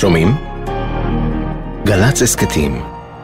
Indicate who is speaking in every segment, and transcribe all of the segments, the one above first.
Speaker 1: שומעים? גל"צ הסכתים.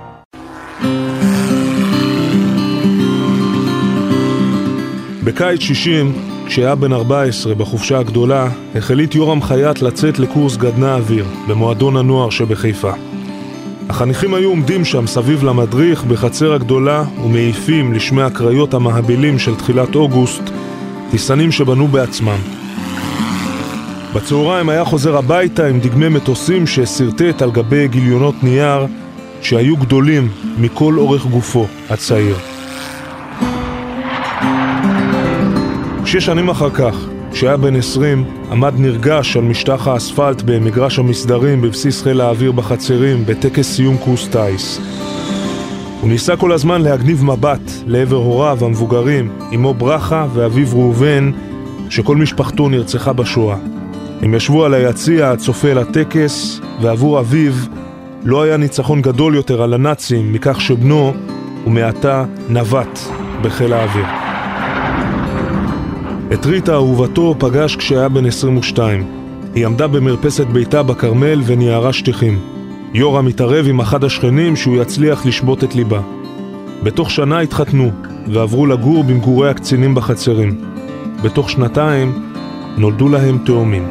Speaker 2: בקיץ 60, כשהיה בן 14 בחופשה הגדולה, החליט יורם חייט לצאת לקורס גדנ"ע אוויר במועדון הנוער שבחיפה. החניכים היו עומדים שם סביב למדריך בחצר הגדולה ומעיפים לשמי הקריות המהבילים של תחילת אוגוסט, טיסנים שבנו בעצמם. בצהריים היה חוזר הביתה עם דגמי מטוסים שסרטט על גבי גיליונות נייר שהיו גדולים מכל אורך גופו הצעיר. 6 שנים אחר כך, כשהיה בן 20, עמד נרגש על משטח האספלט במגרש המסדרים בבסיס חיל האוויר בחצרים בטקס סיום קורס טייס. הוא ניסה כל הזמן להגניב מבט לעבר הוריו המבוגרים, אמו ברכה ואביו ראובן, שכל משפחתו נרצחה בשואה. הם ישבו על היציע הצופה לטקס, ועבור אביו לא היה ניצחון גדול יותר על הנאצים מכך שבנו ומעתה נווט בחיל האוויר. את ריטה אהובתו פגש כשהיה בן 22. היא עמדה במרפסת ביתה בכרמל וניירה שטיחים. יורם התערב עם אחד השכנים שהוא יצליח לשבות את ליבה. בתוך שנה התחתנו ועברו לגור במגורי הקצינים בחצרים. בתוך 2 נולדו להם תאומים.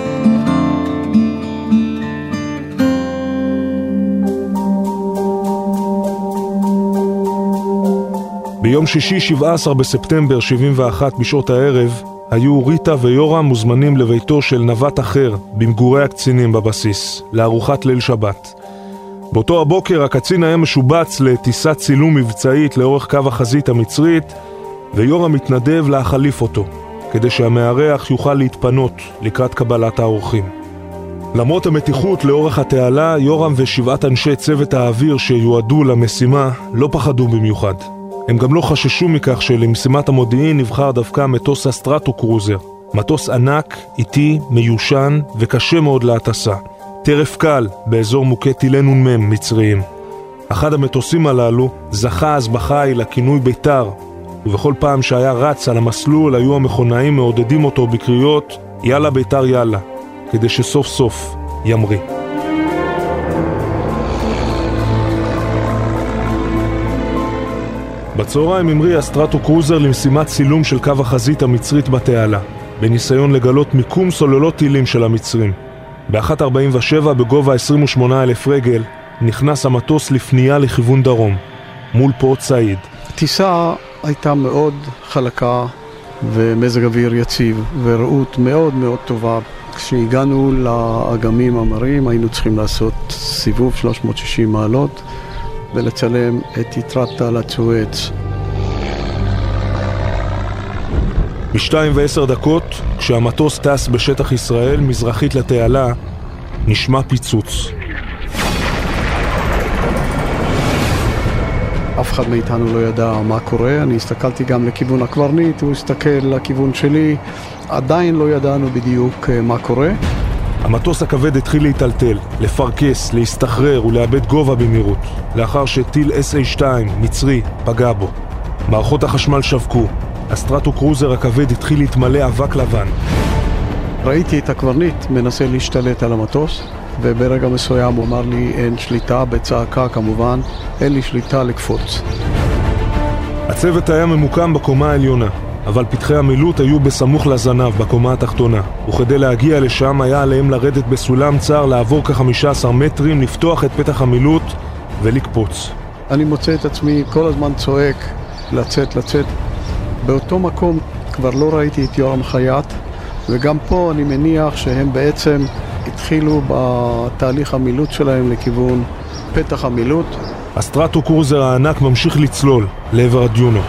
Speaker 2: ביום שישי 17 בספטמבר 71 בשעות הערב היו ריטה ויורם מוזמנים לביתו של נווט אחר במגורי הקצינים בבסיס לארוחת ליל שבת. באותו הבוקר הקצין היה משובץ לטיסת צילום מבצעית לאורך קו החזית המצרית, ויורם מתנדב להחליף אותו כדי שהמארח יוכל להתפנות לקראת קבלת האורחים. למרות המתיחות לאורך התעלה, יורם ו7 אנשי צוות האוויר שיועדו למשימה לא פחדו במיוחד. הם גם לא חששו מכך שלמשימת המודיעין נבחר דווקא מטוס הסטרטו קרוזר, מטוס ענק, איטי, מיושן וקשה מאוד להטסה, טרף קל באזור מוכה טילי נ"מ מצריים. אחד המטוסים הללו זכה אז בחיל לכינוי ביתר, ובכל פעם שהיה רץ על המסלול היו המכונאים מעודדים אותו בקריאות יאללה ביתר יאללה, כדי שסוף סוף ימריא. בצהריים המריא הסטרטו קרוזר למשימת צילום של קו החזית המצרית בתעלה, בניסיון לגלות מיקום סוללות טילים של המצרים. ב-1:47 בגובה 28,000 רגל נכנס המטוס לפנייה לכיוון דרום, מול פורט סעיד.
Speaker 3: הטיסה הייתה מאוד חלקה ומזג אוויר יציב וראות מאוד מאוד טובה. כשהגענו לאגמים המרים היינו צריכים לעשות סיבוב 360 מעלות ולצלם את יתרת תעלת סואץ.
Speaker 2: ב-2:10 כשהמטוס טס בשטח ישראל מזרחית לתעלה, נשמע פיצוץ.
Speaker 3: אף אחד מאיתנו לא ידע מה קורה. אני הסתכלתי גם לכיוון הקברניט, הוא הסתכל לכיוון שלי. עדיין לא ידענו בדיוק מה קורה.
Speaker 2: המטוס הכבד התחיל להתלתל, לפרקס, להסתחרר ולאבד גובה במהירות, לאחר שטיל SA-2 מצרי פגע בו. מערכות החשמל שבקו. הסטרטו קרוזר הכבד התחיל להתמלא אבק לבן.
Speaker 3: ראיתי את הקברניט מנסה להשתלט על המטוס, וברגע מסוים הוא אמר לי אין שליטה, בצעקה כמובן, אין לי שליטה לקפוץ.
Speaker 2: הצוות היה ממוקם בקומה העליונה, אבל פתחי המילוט היו בסמוך לזנב בקומה התחתונה, וכדי להגיע לשם היה עליהם לרדת בסולם צר, לעבור כ-15 מטרים, לפתוח את פתח המילוט ולקפוץ.
Speaker 3: אני מוצא את עצמי כל הזמן צועק, לצאת. באותו מקום כבר לא ראיתי את יורם חייט, וגם פה אני מניח שהם בעצם התחילו בתהליך המילוט שלהם לכיוון פתח המילוט.
Speaker 2: הסטרטו קרוזר הענק ממשיך לצלול לעבר הדיונות.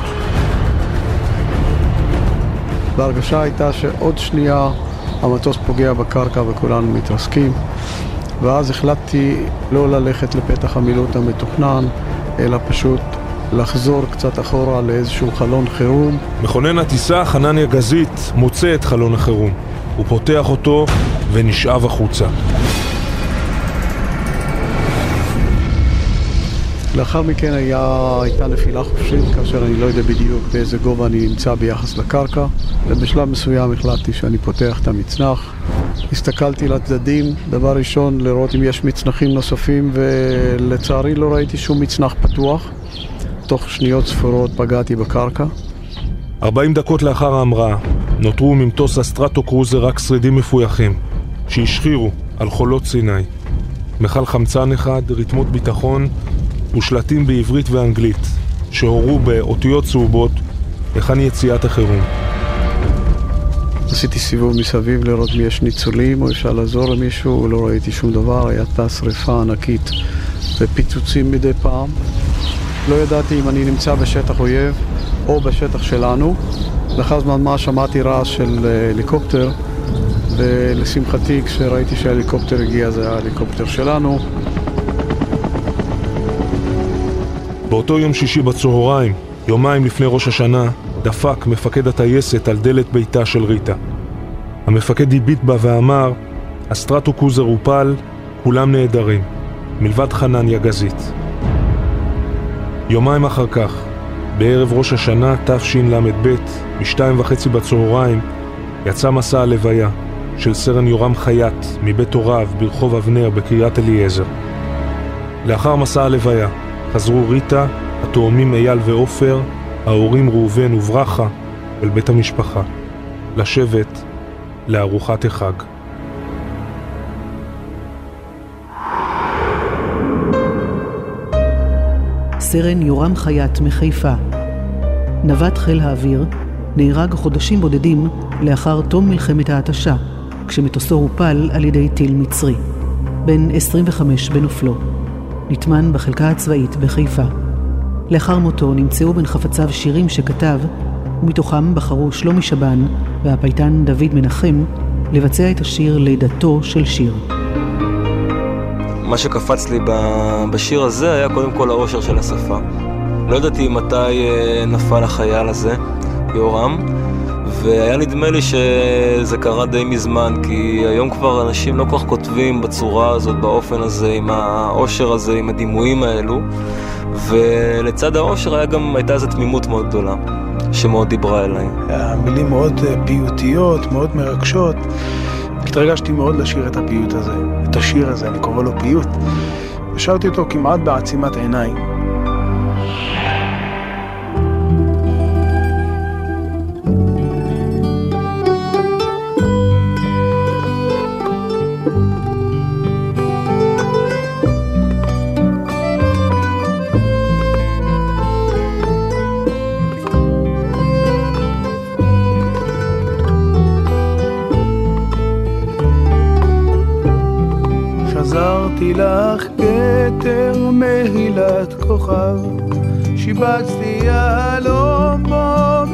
Speaker 3: וההרגשה הייתה שעוד שנייה המטוס פוגע בקרקע וכולנו מתרסקים, ואז החלטתי לא ללכת לפתח המילוט המתוכנן, אלא פשוט לחזור קצת אחורה לאיזשהו חלון חירום. מכונן
Speaker 2: הטיסה חנניה גזית מוצא את חלון החירום. הוא פותח אותו ונשאב החוצה.
Speaker 3: לאחר מכן הייתה נפילה חופשית, כאשר אני לא יודע בדיוק באיזה גובה אני נמצא ביחס לקרקע, ובשלב מסוים החלטתי שאני פותח את המצנח. הסתכלתי לצדדים, דבר ראשון לראות אם יש מצנחים נוספים, ולצערי לא ראיתי שום מצנח פתוח. תוך שניות ספורות פגעתי בקרקע.
Speaker 2: 40 דקות לאחר ההמראה נותרו ממטוס הסטרטוקרוזר רק שרידים מפויחים שהשחירו על חולות סיני. מכל חמצן אחד, רתמות ביטחון ושלטים בעברית ואנגלית שהורו באותיות צהובות היכן יציאת החירום.
Speaker 3: עשיתי סיבוב מסביב לראות מי יש ניצולים או אפשר לעזור למישהו, לא ראיתי שום דבר, הייתה שריפה ענקית ופיצוצים מדי פעם. לא ידעתי אם אני נמצא בשטח אויב או בשטח שלנו. לאחר זמן מה שמעתי רעש של הליקופטר, ולשמחתי כשראיתי שההליקופטר הגיע זה היה ההליקופטר שלנו.
Speaker 2: באותו יום שישי בצהריים, יומיים לפני ראש השנה, דפק מפקד הטייסת על דלת ביתה של ריטה. המפקד הביט בה ואמר, הסטרטוקרוזר הופל, כולם נהדרים, מלבד חנניה גזית. יומיים אחר כך, בערב ראש השנה תשל"ב, ב-2:30 בצהריים, יצא מסע הלוויה של סרן יורם חייט מבית הוריו ברחוב אבנר בקריית אליעזר. לאחר מסע הלוויה חזרו ריטה, התאומים אייל ועופר, ההורים ראובן וברכה אל בית המשפחה, לשבת לארוחת החג.
Speaker 4: סרן יורם חייט מחיפה, נווט חיל האוויר, נהרג חודשים בודדים לאחר תום מלחמת ההתשה, כשמטוסו הופל על ידי טיל מצרי. בן 25 בנופלו. נטמן בחלקה הצבאית בחיפה. לאחר מותו נמצאו בין חפציו שירים שכתב, ומתוכם בחרו שלומי שבן והפייטן דוד מנחם לבצע את השיר לידתו של שיר.
Speaker 5: מה שקפץ לי בשיר הזה היה קודם כל האושר של השפה. לא ידעתי מתי נפל החייל הזה, יורם, והיה נדמה לי שזה קרה די מזמן, כי היום כבר אנשים לא כל כך כותבים בצורה הזאת, באופן הזה, עם האושר הזה, עם הדימויים האלו, ולצד האושר הייתה איזו תמימות מאוד גדולה, שמאוד דיברה אליי.
Speaker 6: המילים מאוד פיוטיות, מאוד מרגשות. התרגשתי מאוד לשיר את הפיוט הזה, את השיר הזה, אני קורא לו פיוט. ושרתי אותו כמעט בעצימת עיניים. חזרתי לך כתר מהילת כוכב, שיבצתי יהלום בו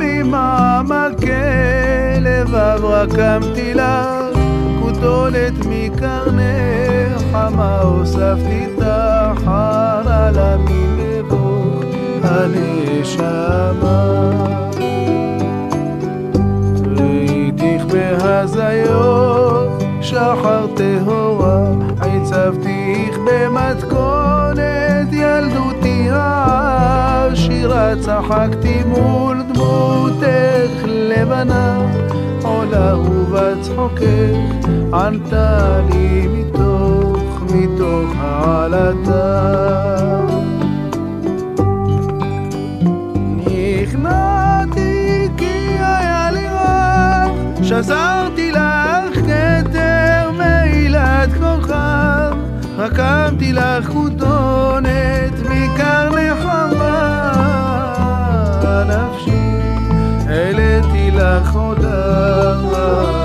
Speaker 6: ממעמקי לבב, רקמתי לך כותונת מקרני חמה, הוספתי תחר על המלבוך הנשמה. ראיתיך בהזיות שחר טהורה, עיצבתיך במתכונת ילדותי העשירה, צחקתי מול דמותך לבנה, עולה ובצחוקך ענתה לי מתוך העלתה. נכנעתי כי היה לי רע, שזרתי לך כתר מעילת כוכב, רקמתי לך כותונת מקרני חמה, נפשי העליתי לך עודה.